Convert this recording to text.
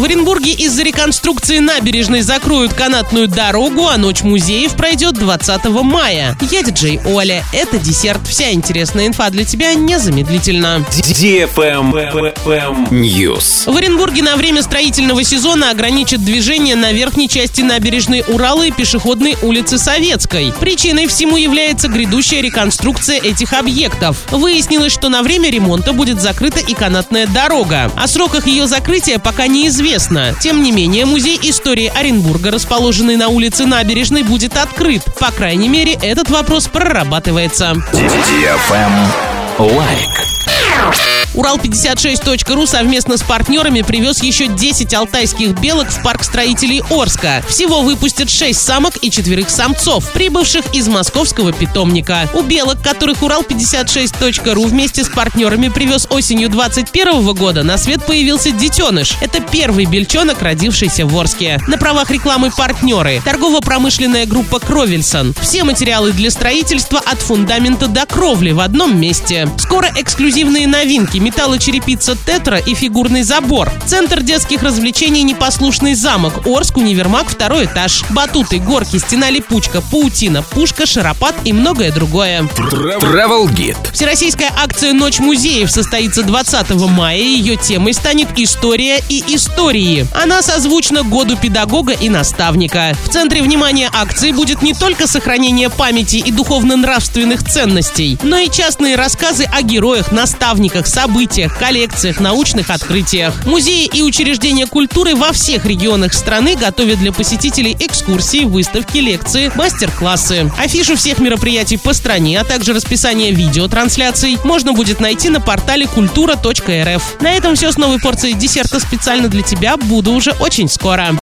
Оренбурге из-за реконструкции набережной закроют канатную дорогу, а Ночь музеев пройдет 20 мая. Я диджей Оля. Это десерт. Вся интересная инфа для тебя незамедлительно. News. В Оренбурге на время строительного сезона ограничат движение на верхней части набережной Урала и пешеходной улицы Советской. Причиной всему является грядущая реконструкция этих объектов. Выяснилось, что на время ремонта будет закрыта и канатная дорога. О сроках ее закрытия пока неизвестно. Тем не менее, музей истории Оренбурга, расположенный на улице Набережной, будет открыт. По крайней мере, этот вопрос прорабатывается. Лайк. Урал56.ру совместно с партнерами привез еще 10 алтайских белок в парк строителей Орска. Всего выпустят 6 самок и 4 самцов, прибывших из московского питомника. У белок, которых Урал56.ру вместе с партнерами привез осенью 2021 года, на свет появился детеныш. Это первый бельчонок, родившийся в Орске. На правах рекламы партнеры. Торгово-промышленная группа «Кровельсон». Все материалы для строительства от фундамента до кровли в одном месте. Скоро эксклюзивные новинки: металлочерепица «Тетра» и фигурный забор. Центр детских развлечений «Непослушный замок», Орск, универмаг, 2-й этаж. Батуты, горки, стена-липучка, паутина, пушка, шаропад и многое другое. Travel Guide. Всероссийская акция «Ночь музеев» состоится 20 мая. Ее темой станет «История и истории». Она созвучна году педагога и наставника. В центре внимания акции будет не только сохранение памяти и духовно-нравственных ценностей, но и частные рассказы о героях, наставниках, событиях, коллекциях, научных открытиях. Музеи и учреждения культуры во всех регионах страны готовят для посетителей экскурсии, выставки, лекции, мастер-классы. Афишу всех мероприятий по стране, а также расписание видеотрансляций можно будет найти на портале kultura.rf. На этом все с новой порцией десерта специально для тебя. Буду уже очень скоро.